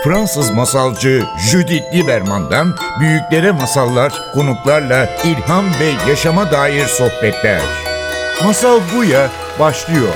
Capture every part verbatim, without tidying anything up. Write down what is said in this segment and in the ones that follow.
Fransız masalcı Judith Lieberman'dan büyüklere masallar, konuklarla ilham ve yaşama dair sohbetler. Masal Buya başlıyor.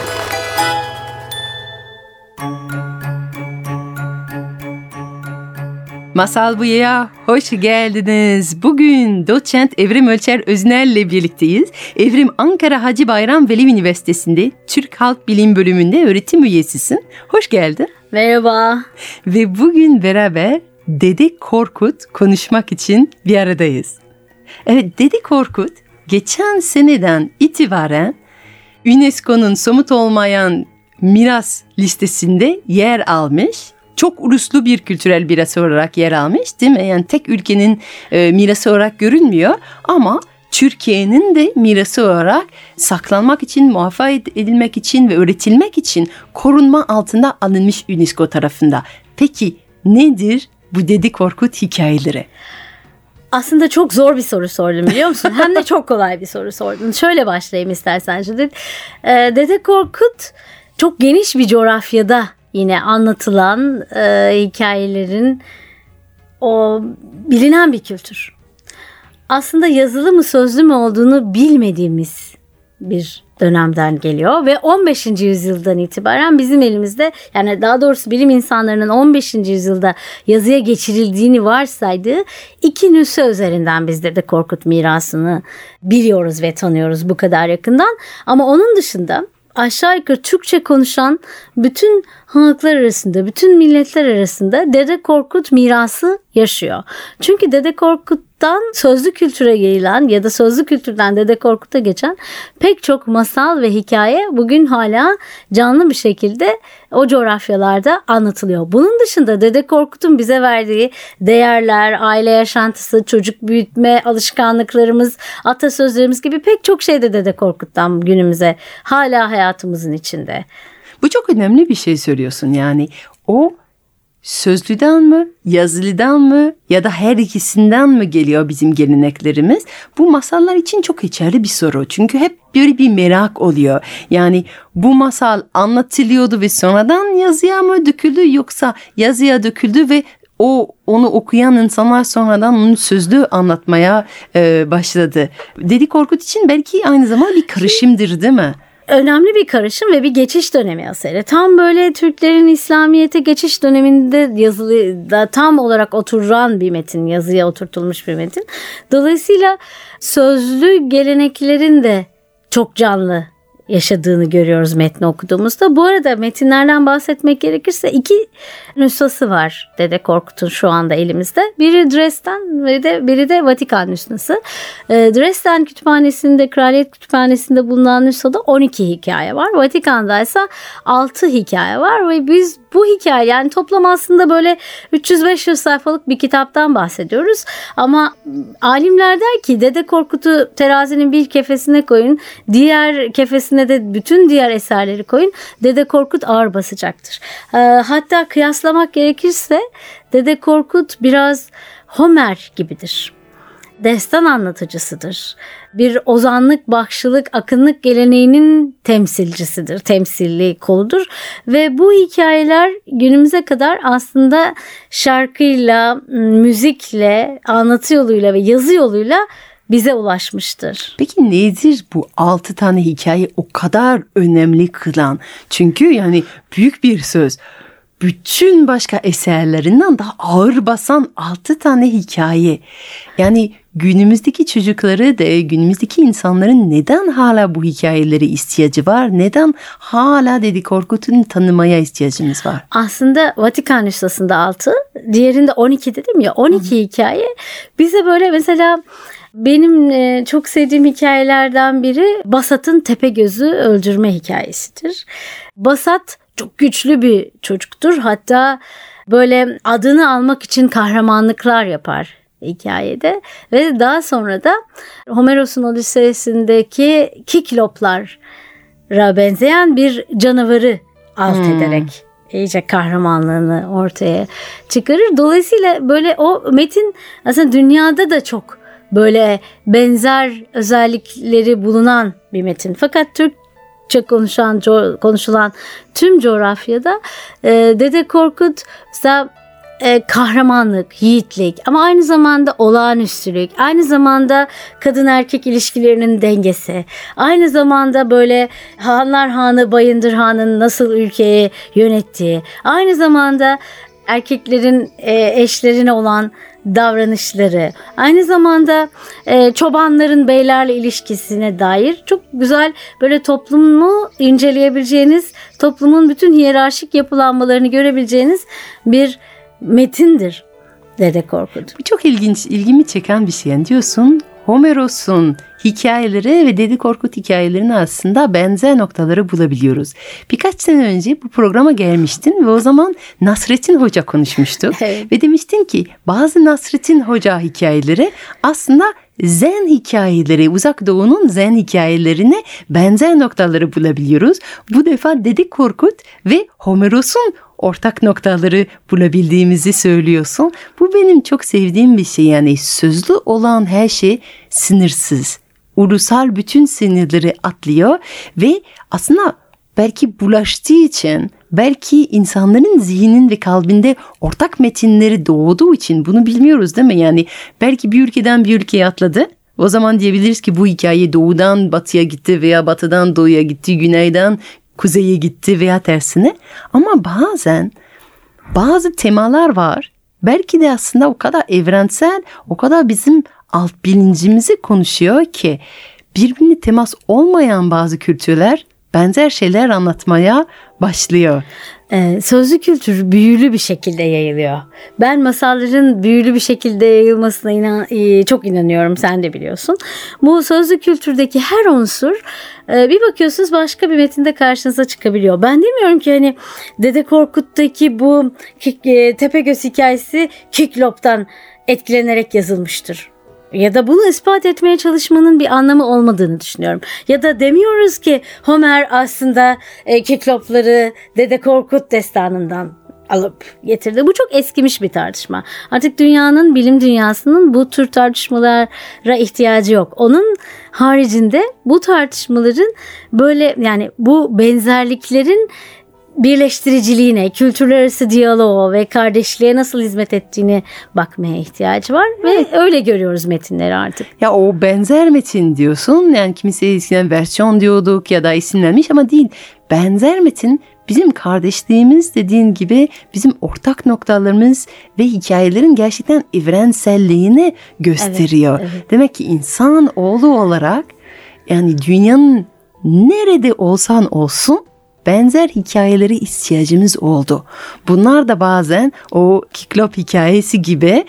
Masal Buya'ya hoş geldiniz. Bugün doçent Evrim Ölçer Özner'le birlikteyiz. Evrim Ankara Hacı Bayram Veli Üniversitesi'nde Türk Halk Bilim Bölümünde öğretim üyesisin. Hoş geldin. Merhaba. Ve bugün beraber Dede Korkut konuşmak için bir aradayız. Evet, Dede Korkut geçen seneden itibaren UNESCO'nun somut olmayan miras listesinde yer almış. Çok uluslu bir kültürel miras olarak yer almış, değil mi? Yani tek ülkenin e, mirası olarak görünmüyor ama Türkiye'nin de mirası olarak saklanmak için, muhafaza edilmek için ve öğretilmek için korunma altında alınmış UNESCO tarafında. Peki nedir bu Dede Korkut hikayeleri? Aslında çok zor bir soru sordun, biliyor musun? Hem de çok kolay bir soru sordun. Şöyle başlayayım istersen Judith. Ee, Dede Korkut çok geniş bir coğrafyada yine anlatılan e, hikayelerin o bilinen bir kültür. Aslında yazılı mı sözlü mü olduğunu bilmediğimiz bir dönemden geliyor ve on beşinci yüzyıldan itibaren bizim elimizde, yani daha doğrusu bilim insanlarının on beşinci yüzyılda yazıya geçirildiğini varsaydığı iki nüshe üzerinden biz de Korkut mirasını biliyoruz ve tanıyoruz bu kadar yakından. Ama onun dışında aşağı yukarı Türkçe konuşan bütün halklar arasında, bütün milletler arasında Dede Korkut mirası yaşıyor. Çünkü Dede Korkut'tan sözlü kültüre gelen ya da sözlü kültürden Dede Korkut'a geçen pek çok masal ve hikaye bugün hala canlı bir şekilde o coğrafyalarda anlatılıyor. Bunun dışında Dede Korkut'un bize verdiği değerler, aile yaşantısı, çocuk büyütme alışkanlıklarımız, atasözlerimiz gibi pek çok şey de Dede Korkut'tan günümüze hala hayatımızın içinde. Bu çok önemli bir şey söylüyorsun, yani o sözlüden mi, yazılıdan mı ya da her ikisinden mi geliyor bizim geleneklerimiz? Bu masallar için çok geçerli bir soru. Çünkü hep böyle bir merak oluyor. Yani bu masal anlatılıyordu ve sonradan yazıya mı döküldü, yoksa yazıya döküldü ve o onu okuyan insanlar sonradan onu sözlü anlatmaya e, başladı. Dede Korkut için belki aynı zamanda bir karışımdır, değil mi? Önemli bir karışım ve bir geçiş dönemi aslında. Tam böyle Türklerin İslamiyet'e geçiş döneminde yazılı da tam olarak oturan bir metin, yazıya oturtulmuş bir metin. Dolayısıyla sözlü geleneklerin de çok canlı yaşadığını görüyoruz metni okuduğumuzda. Bu arada metinlerden bahsetmek gerekirse iki nüshası var Dede Korkut'un şu anda elimizde. Biri Dresden ve de biri de Vatikan nüshası. Ee, Dresden Kütüphanesi'nde, Kraliyet Kütüphanesi'nde bulunan nüshada on iki hikaye var. Vatikan'da ise altı hikaye var ve biz bu hikaye, yani toplam aslında böyle üç yüz beş yüz sayfalık bir kitaptan bahsediyoruz. Ama alimler der ki Dede Korkut'u terazinin bir kefesine koyun, diğer kefesine de bütün diğer eserleri koyun. Dede Korkut ağır basacaktır. Ee, hatta kıyaslamak gerekirse Dede Korkut biraz Homer gibidir. Destan anlatıcısıdır. Bir ozanlık, bakşılık, akınlık geleneğinin temsilcisidir, temsilli koludur. Ve bu hikayeler günümüze kadar aslında şarkıyla, müzikle, anlatı yoluyla ve yazı yoluyla bize ulaşmıştır. Peki nedir bu altı tane hikaye o kadar önemli kılan? Çünkü yani büyük bir söz. Bütün başka eserlerinden daha ağır basan altı tane hikaye. Yani günümüzdeki çocukları da, günümüzdeki insanların neden hala bu hikayeleri ihtiyacı var? Neden hala Dede Korkut'un tanımaya ihtiyacımız var? Aslında Vatikan nüshasında altı, diğerinde on iki dedim ya, on iki Hı. hikaye bize böyle, mesela benim çok sevdiğim hikayelerden biri Basat'ın Tepegöz'ü öldürme hikayesidir. Basat çok güçlü bir çocuktur. Hatta böyle adını almak için kahramanlıklar yapar hikayede. Ve daha sonra da Homeros'un Odysseus'undaki Kikloplara benzeyen bir canavarı alt hmm. ederek iyice kahramanlığını ortaya çıkarır. Dolayısıyla böyle o metin aslında dünyada da çok böyle benzer özellikleri bulunan bir metin. Fakat Türkçe konuşan, konuşulan tüm coğrafyada e, Dede Korkut mesela e, kahramanlık, yiğitlik ama aynı zamanda olağanüstülük, aynı zamanda kadın erkek ilişkilerinin dengesi, aynı zamanda böyle Hanlar Hanı Bayındır Han'ın nasıl ülkeyi yönettiği, aynı zamanda erkeklerin e, eşlerine olan davranışları, aynı zamanda e, çobanların beylerle ilişkisine dair çok güzel böyle toplumu inceleyebileceğiniz, toplumun bütün hiyerarşik yapılanmalarını görebileceğiniz bir metindir Dede Korkut. Bu çok ilginç, ilgimi çeken bir şey. Yani diyorsun Homeros'un hikayeleri ve Dede Korkut hikayelerinin aslında benzer noktaları bulabiliyoruz. Birkaç sene önce bu programa gelmiştin ve o zaman Nasrettin Hoca konuşmuştuk. Evet. Ve demiştin ki bazı Nasrettin Hoca hikayeleri aslında Zen hikayeleri, Uzak Doğu'nun Zen hikayelerine benzer noktaları bulabiliyoruz. Bu defa Dede Korkut ve Homeros'un ortak noktaları bulabildiğimizi söylüyorsun. Bu benim çok sevdiğim bir şey. Yani sözlü olan her şey sınırsız. Ulusal bütün sınırları atlıyor ve aslında belki bulaştığı için, belki insanların zihninin ve kalbinde ortak metinleri doğduğu için bunu bilmiyoruz değil mi? Yani belki bir ülkeden bir ülkeye atladı. O zaman diyebiliriz ki bu hikaye doğudan batıya gitti veya batıdan doğuya gitti, güneyden kuzeye gitti veya tersine. Ama bazen bazı temalar var. Belki de aslında o kadar evrensel, o kadar bizim alt bilincimizi konuşuyor ki birbirine temas olmayan bazı kültürler benzer şeyler anlatmaya başlıyor. Ee, sözlü kültür büyülü bir şekilde yayılıyor. Ben masalların büyülü bir şekilde yayılmasına inan, e, çok inanıyorum, sen de biliyorsun. Bu sözlü kültürdeki her unsur e, bir bakıyorsunuz başka bir metinde karşınıza çıkabiliyor. Ben demiyorum ki hani Dede Korkut'taki bu e, Tepegöz hikayesi Kiklop'tan etkilenerek yazılmıştır. Ya da bunu ispat etmeye çalışmanın bir anlamı olmadığını düşünüyorum. Ya da demiyoruz ki Homer aslında e, Kiklopları Dede Korkut destanından alıp getirdi. Bu çok eskimiş bir tartışma. Artık dünyanın, bilim dünyasının bu tür tartışmalara ihtiyacı yok. Onun haricinde bu tartışmaların böyle, yani bu benzerliklerin birleştiriciliğine, kültürler arası diyaloğa ve kardeşliğe nasıl hizmet ettiğini bakmaya ihtiyacı var ve öyle görüyoruz metinleri artık. Ya o benzer metin diyorsun, yani kimisi eskiden versiyon diyorduk ya da isimlenmiş ama değil. Benzer metin bizim kardeşliğimiz, dediğin gibi bizim ortak noktalarımız ve hikayelerin gerçekten evrenselliğini gösteriyor. Evet, evet. Demek ki insan oğlu olarak, yani dünyanın nerede olsan olsun benzer hikayeleri ihtiyacımız oldu. Bunlar da bazen o Kiklop hikayesi gibi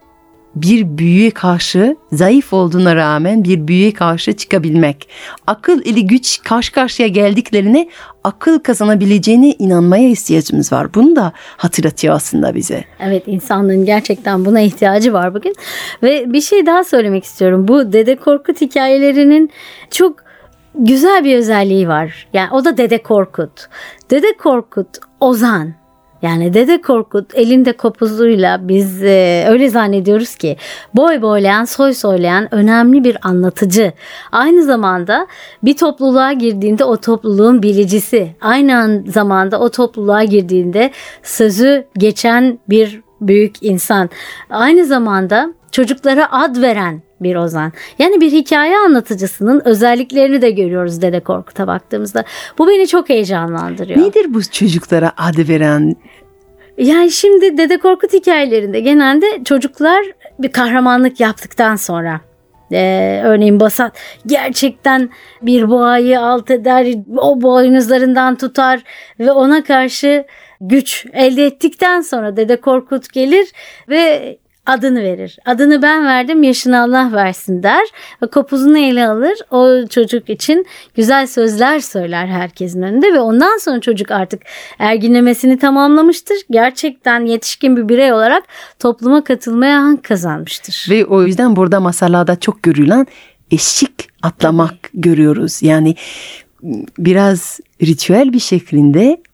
bir büyüye karşı, zayıf olduğuna rağmen bir büyüye karşı çıkabilmek. Akıl ile güç karşı karşıya geldiklerine akıl kazanabileceğine inanmaya ihtiyacımız var. Bunu da hatırlatıyor aslında bize. Evet, insanlığın gerçekten buna ihtiyacı var bugün. Ve bir şey daha söylemek istiyorum. Bu Dede Korkut hikayelerinin çok güzel bir özelliği var. Yani o da Dede Korkut. Dede Korkut ozan. Yani Dede Korkut elinde kopuzuyla biz e, öyle zannediyoruz ki boy boylayan, soy soylayan önemli bir anlatıcı. Aynı zamanda bir topluluğa girdiğinde o topluluğun bilicisi. Aynı zamanda o topluluğa girdiğinde sözü geçen bir büyük insan. Aynı zamanda çocuklara ad veren bir ozan. Yani bir hikaye anlatıcısının özelliklerini de görüyoruz Dede Korkut'a baktığımızda. Bu beni çok heyecanlandırıyor. Nedir bu çocuklara ad veren? Yani şimdi Dede Korkut hikayelerinde genelde çocuklar bir kahramanlık yaptıktan sonra, Ee, örneğin Basat gerçekten bir boğayı alt eder, o boynuzlarından tutar ve ona karşı güç elde ettikten sonra Dede Korkut gelir ve adını verir. Adını ben verdim, yaşını Allah versin der. Ve kopuzunu ele alır. O çocuk için güzel sözler söyler herkesin önünde ve ondan sonra çocuk artık erginlemesini tamamlamıştır. Gerçekten yetişkin bir birey olarak topluma katılmaya hak kazanmıştır. Ve o yüzden burada masallarda çok görülen eşik atlamak görüyoruz. Yani biraz ritüel bir şeklinde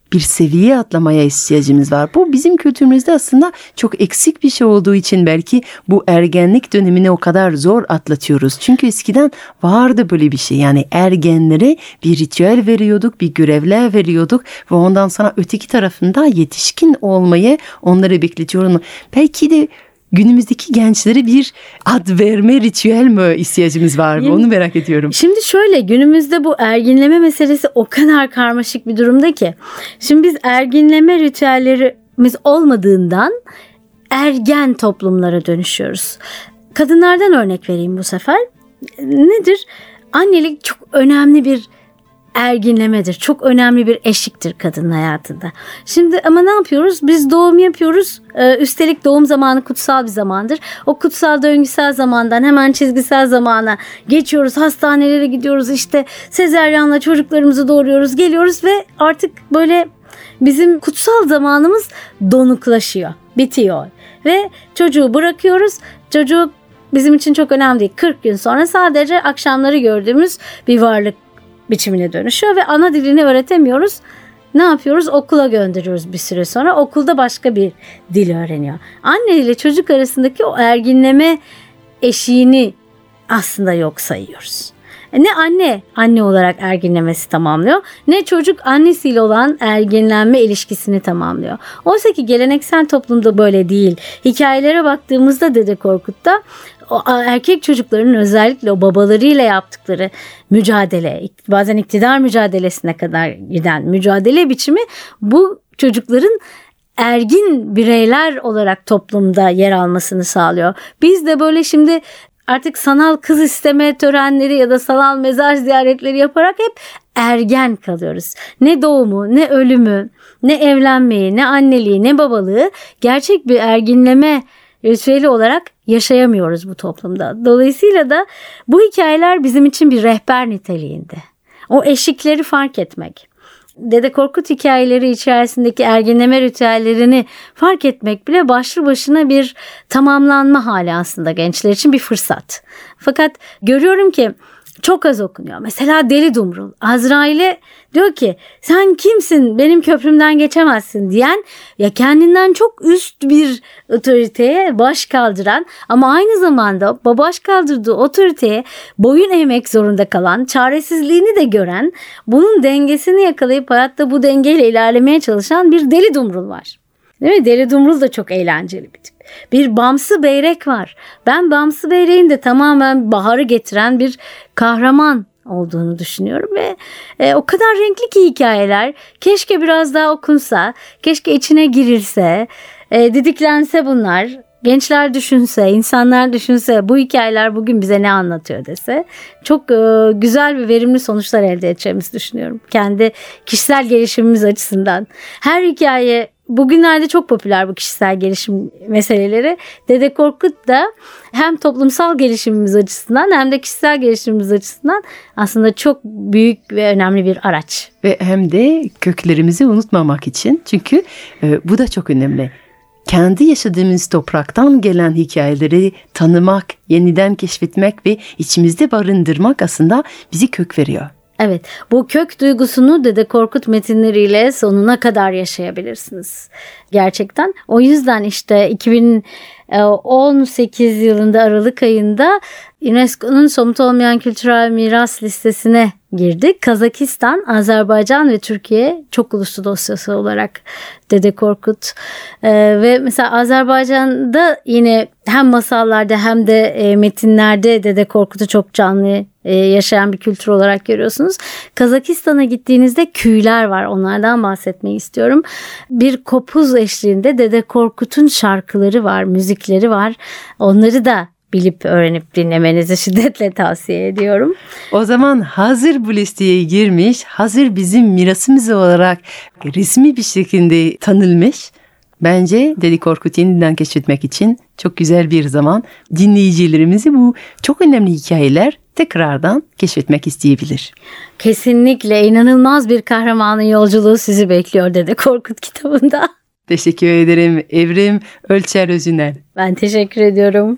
bir seviye atlamaya ihtiyacımız var. Bu bizim kültürümüzde aslında çok eksik bir şey olduğu için belki bu ergenlik dönemini o kadar zor atlatıyoruz. Çünkü eskiden vardı böyle bir şey. Yani ergenlere bir ritüel veriyorduk, bir görevler veriyorduk ve ondan sonra öteki tarafında yetişkin olmayı onları bekletiyorum. Belki de günümüzdeki gençlere bir ad verme ritüel mi ihtiyacımız var mı? Onu merak ediyorum. Şimdi şöyle, günümüzde bu erginleme meselesi o kadar karmaşık bir durumda ki. Şimdi biz erginleme ritüellerimiz olmadığından ergen toplumlara dönüşüyoruz. Kadınlardan örnek vereyim bu sefer. Nedir? Annelik çok önemli bir erginlemedir. Çok önemli bir eşiktir kadının hayatında. Şimdi ama ne yapıyoruz? Biz doğum yapıyoruz. Ee, üstelik doğum zamanı kutsal bir zamandır. O kutsal döngüsel zamandan hemen çizgisel zamana geçiyoruz. Hastanelere gidiyoruz. İşte sezeryanla çocuklarımızı doğuruyoruz. Geliyoruz ve artık böyle bizim kutsal zamanımız donuklaşıyor. Bitiyor. Ve çocuğu bırakıyoruz. Çocuk bizim için çok önemli değil. kırk gün sonra sadece akşamları gördüğümüz bir varlık biçimine dönüşüyor ve ana dilini öğretemiyoruz. Ne yapıyoruz? Okula gönderiyoruz bir süre sonra. Okulda başka bir dil öğreniyor. Anne ile çocuk arasındaki o erginleme eşiğini aslında yok sayıyoruz. Ne anne anne olarak erginlemesi tamamlıyor, ne çocuk annesiyle olan ergenlenme ilişkisini tamamlıyor. Oysa ki geleneksel toplumda böyle değil. Hikayelere baktığımızda Dede Korkut'ta o erkek çocukların özellikle o babalarıyla yaptıkları mücadele, bazen iktidar mücadelesine kadar giden mücadele biçimi bu çocukların ergin bireyler olarak toplumda yer almasını sağlıyor. Biz de böyle şimdi artık sanal kız isteme törenleri ya da sanal mezar ziyaretleri yaparak hep ergen kalıyoruz. Ne doğumu, ne ölümü, ne evlenmeyi, ne anneliği, ne babalığı gerçek bir erginleme ritüeli olarak yaşayamıyoruz bu toplumda. Dolayısıyla da bu hikayeler bizim için bir rehber niteliğinde. O eşikleri fark etmek, Dede Korkut hikayeleri içerisindeki ergenleme ritüellerini fark etmek bile başlı başına bir tamamlanma hali aslında gençler için bir fırsat. Fakat görüyorum ki çok az okunuyor. Mesela Deli Dumrul Azrail'e diyor ki sen kimsin, benim köprümden geçemezsin diyen, ya kendinden çok üst bir otoriteye baş kaldıran ama aynı zamanda baş kaldırdığı otoriteye boyun eğmek zorunda kalan, çaresizliğini de gören, bunun dengesini yakalayıp hayatta bu dengeyle ilerlemeye çalışan bir Deli Dumrul var. Değil mi? Deli Dumrul da çok eğlenceli bir tip. Bir Bamsı Beyrek var. Ben Bamsı Beyrek'in de tamamen baharı getiren bir kahraman olduğunu düşünüyorum ve e, o kadar renkli ki hikayeler. Keşke biraz daha okunsa, keşke içine girilse, e, didiklense bunlar. Gençler düşünse, insanlar düşünse, bu hikayeler bugün bize ne anlatıyor dese çok e, güzel ve verimli sonuçlar elde edeceğimizi düşünüyorum. Kendi kişisel gelişimimiz açısından. Her hikaye bugünlerde çok popüler, bu kişisel gelişim meseleleri. Dede Korkut da hem toplumsal gelişimimiz açısından hem de kişisel gelişimimiz açısından aslında çok büyük ve önemli bir araç. Ve hem de köklerimizi unutmamak için, çünkü e, bu da çok önemli. Kendi yaşadığımız topraktan gelen hikayeleri tanımak, yeniden keşfetmek ve içimizde barındırmak aslında bizi kök veriyor. Evet, bu kök duygusunu Dede Korkut metinleriyle sonuna kadar yaşayabilirsiniz. Gerçekten. O yüzden işte iki bin on sekiz yılında Aralık ayında UNESCO'nun somut olmayan kültürel miras listesine girdik. Kazakistan, Azerbaycan ve Türkiye çok uluslu dosyası olarak Dede Korkut. Ee, ve mesela Azerbaycan'da yine hem masallarda hem de e, metinlerde Dede Korkut'u çok canlı e, yaşayan bir kültür olarak görüyorsunuz. Kazakistan'a gittiğinizde küyler var. Onlardan bahsetmeyi istiyorum. Bir kopuz eşliğinde Dede Korkut'un şarkıları var, müzikleri var. Onları da bilip öğrenip dinlemenizi şiddetle tavsiye ediyorum. O zaman hazır bu listeye girmiş, hazır bizim mirasımız olarak resmi bir şekilde tanınmış. Bence Dede Korkut'u yeniden keşfetmek için çok güzel bir zaman. Dinleyicilerimizi bu çok önemli hikayeler tekrardan keşfetmek isteyebilir. Kesinlikle inanılmaz bir kahramanın yolculuğu sizi bekliyor Dede Korkut kitabında. Teşekkür ederim Evrim Ölçer Özüner. Ben teşekkür ediyorum.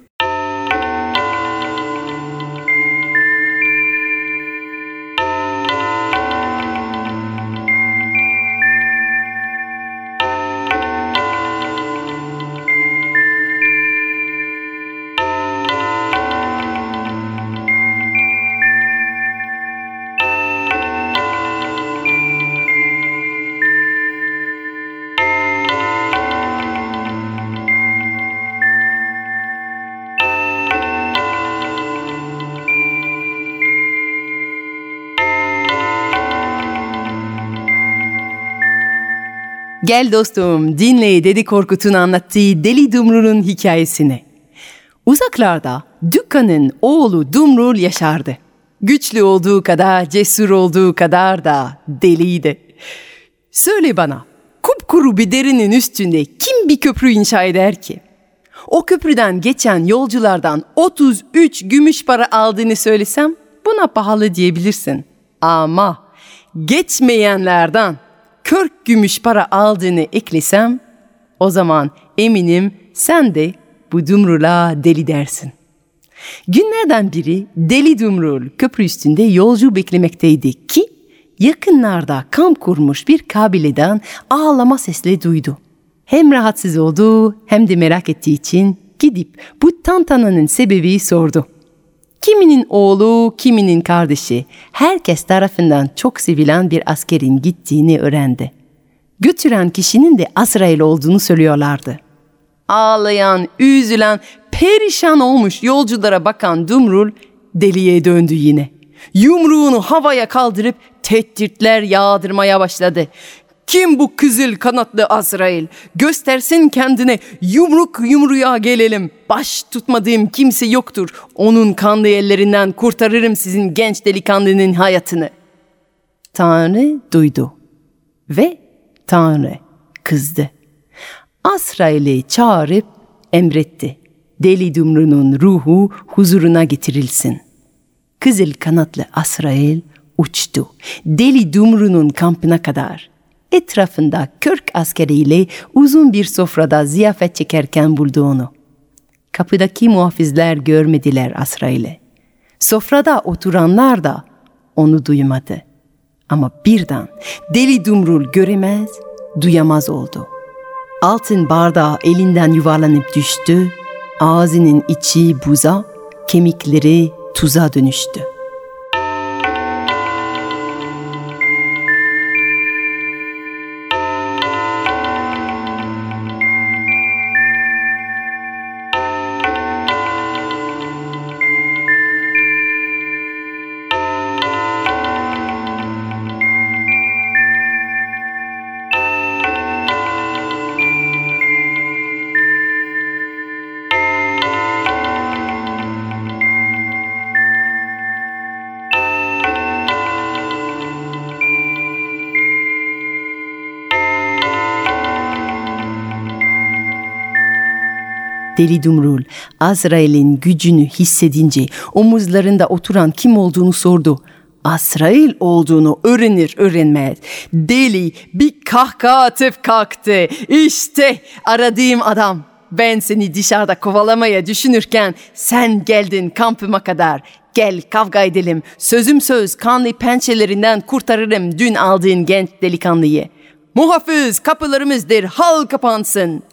Gel dostum, dinle Dede Korkut'un anlattığı Deli Dumrul'un hikayesini. Uzaklarda Dükka'nın oğlu Dumrul yaşardı. Güçlü olduğu kadar, cesur olduğu kadar da deliydi. Söyle bana, kupkuru bir derinin üstünde kim bir köprü inşa eder ki? O köprüden geçen yolculardan otuz üç gümüş para aldığını söylesem buna pahalı diyebilirsin. Ama geçmeyenlerden kırk gümüş para aldığını eklesem o zaman eminim sen de bu Dumrul'a deli dersin. Günlerden biri Deli Dumrul köprü üstünde yolcu beklemekteydi ki yakınlarda kamp kurmuş bir kabileden ağlama sesleri duydu. Hem rahatsız oldu hem de merak ettiği için gidip bu tantananın sebebi sordu. Kiminin oğlu, kiminin kardeşi, herkes tarafından çok sevilen bir askerin gittiğini öğrendi. Götüren kişinin de Azrail olduğunu söylüyorlardı. Ağlayan, üzülen, perişan olmuş yolculara bakan Dumrul deliye döndü yine. Yumruğunu havaya kaldırıp tehditler yağdırmaya başladı. Kim bu kızıl kanatlı Azrail? Göstersin kendine, yumruk yumruğa gelelim. Baş tutmadığım kimse yoktur. Onun kanlı ellerinden kurtarırım sizin genç delikanlının hayatını. Tanrı duydu ve Tanrı kızdı. Azrail'i çağırıp emretti. Deli Dumrul'un ruhu huzuruna getirilsin. Kızıl kanatlı Azrail uçtu. Deli Dumrul'un kampına kadar. Etrafında kırk askeriyle uzun bir sofrada ziyafet çekerken buldu onu. Kapıdaki muhafizler görmediler Azrail'i. Sofrada oturanlar da onu duymadı. Ama birden Deli Dumrul göremez, duyamaz oldu. Altın bardağı elinden yuvarlanıp düştü, ağzının içi buza, kemikleri tuza dönüştü. Deli Dumrul, Azrail'in gücünü hissedince omuzlarında oturan kim olduğunu sordu. Azrail olduğunu öğrenir öğrenmez deli bir kahkaha atıp kalktı. İşte aradığım adam. Ben seni dışarıda kovalamaya düşünürken sen geldin kampıma kadar. Gel kavga edelim. Sözüm söz kanlı pençelerinden kurtarırım dün aldığın genç delikanlıyı. Muhafız kapılarımız derhal kapansın.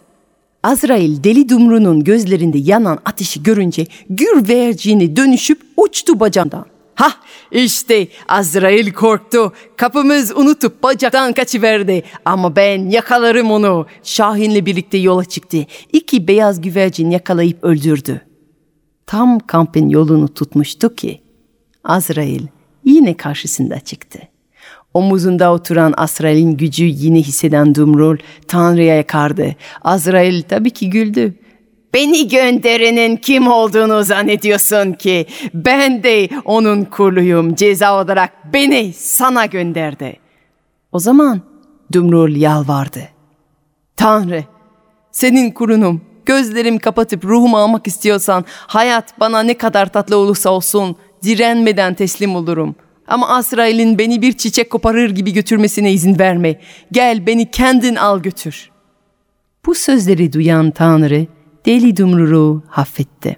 Azrail Deli Dumrul'un gözlerinde yanan ateşi görünce gür verciğini dönüşüp uçtu bacağından. Hah işte Azrail korktu. Kapımız unutup bacaktan kaçıverdi. Ama ben yakalarım onu. Şahin'le birlikte yola çıktı. İki beyaz güvercin yakalayıp öldürdü. Tam kampın yolunu tutmuştu ki Azrail yine karşısında çıktı. Omuzunda oturan Azrail'in gücü yine hisseden Dumrul Tanrı'ya yakardı. Azrail tabii ki güldü. Beni gönderenin kim olduğunu zannediyorsun ki? Ben de onun kuluyum. Ceza olarak beni sana gönderdi. O zaman Dumrul yalvardı. Tanrı, senin kulunum. Gözlerimi kapatıp ruhumu almak istiyorsan hayat bana ne kadar tatlı olursa olsun direnmeden teslim olurum. Ama Azrail'in beni bir çiçek koparır gibi götürmesine izin verme. Gel beni kendin al götür. Bu sözleri duyan Tanrı Deli Dumrul'u affetti.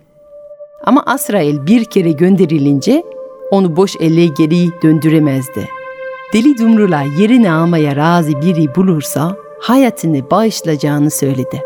Ama Azrail bir kere gönderilince onu boş elle geri döndüremezdi. Deli Dumrul'a yerini almaya razı biri bulursa hayatını bağışlayacağını söyledi.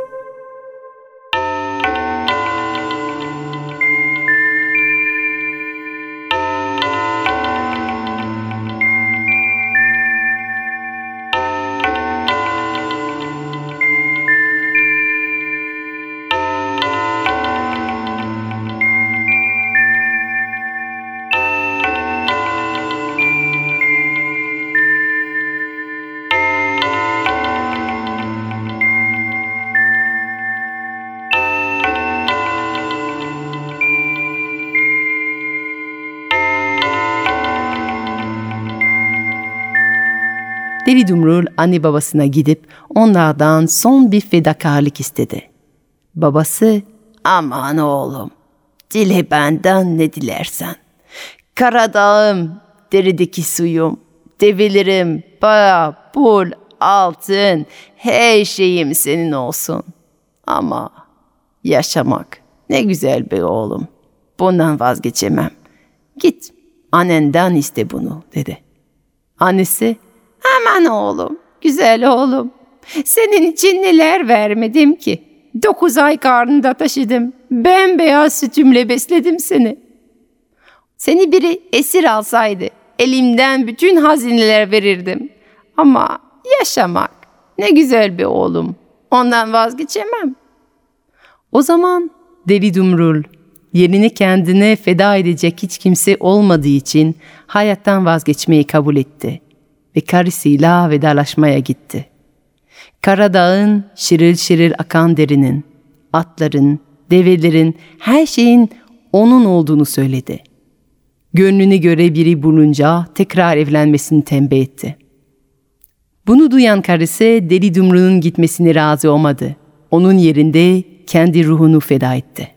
Deli Dumrul anne babasına gidip onlardan son bir fedakarlık istedi. Babası, aman oğlum, dile benden ne dilersen. Karadağım, deredeki suyum, develerim, para, pul, altın, her şeyim senin olsun. Ama yaşamak ne güzel be oğlum, bundan vazgeçemem. Git annenden iste bunu dedi. Annesi, aman oğlum, güzel oğlum, senin için neler vermedim ki. Dokuz ay karnında taşıdım, bembeyaz sütümle besledim seni. Seni biri esir alsaydı elimden bütün hazineler verirdim. Ama yaşamak ne güzel be oğlum, ondan vazgeçemem. O zaman Deli Dumrul yerini kendine feda edecek hiç kimse olmadığı için hayattan vazgeçmeyi kabul etti ve karısıyla vedalaşmaya gitti. Karadağ'ın şırıl şırıl akan derinin, atların, develerin, her şeyin onun olduğunu söyledi. Gönlüne göre biri bulunca tekrar evlenmesini tembih etti. Bunu duyan karısı Deli Dumrul'un gitmesine razı olmadı. Onun yerinde kendi ruhunu feda etti.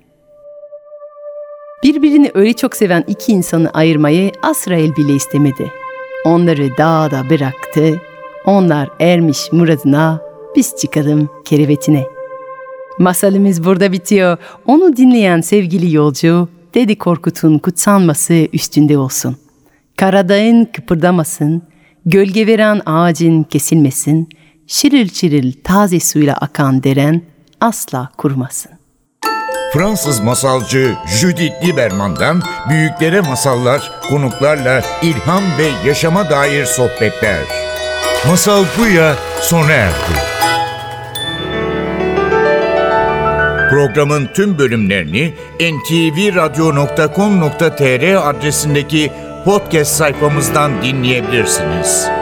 Birbirini öyle çok seven iki insanı ayırmayı Azrail bile istemedi. Onları dağda bıraktı. Onlar ermiş muradına, biz çıkalım kerevetine. Masalımız burada bitiyor. Onu dinleyen sevgili yolcu, Dede Korkut'un kutsanması üstünde olsun. Karadağın kıpırdamasın, gölge veren ağacın kesilmesin, şırıl şırıl taze suyla akan deren asla kurumasın. Fransız masalcı Judith Lieberman'dan büyüklere masallar, konuklarla ilham ve yaşama dair sohbetler. Masal Buya sona erdi. Programın tüm bölümlerini en te ve radyo nokta com nokta tr adresindeki podcast sayfamızdan dinleyebilirsiniz.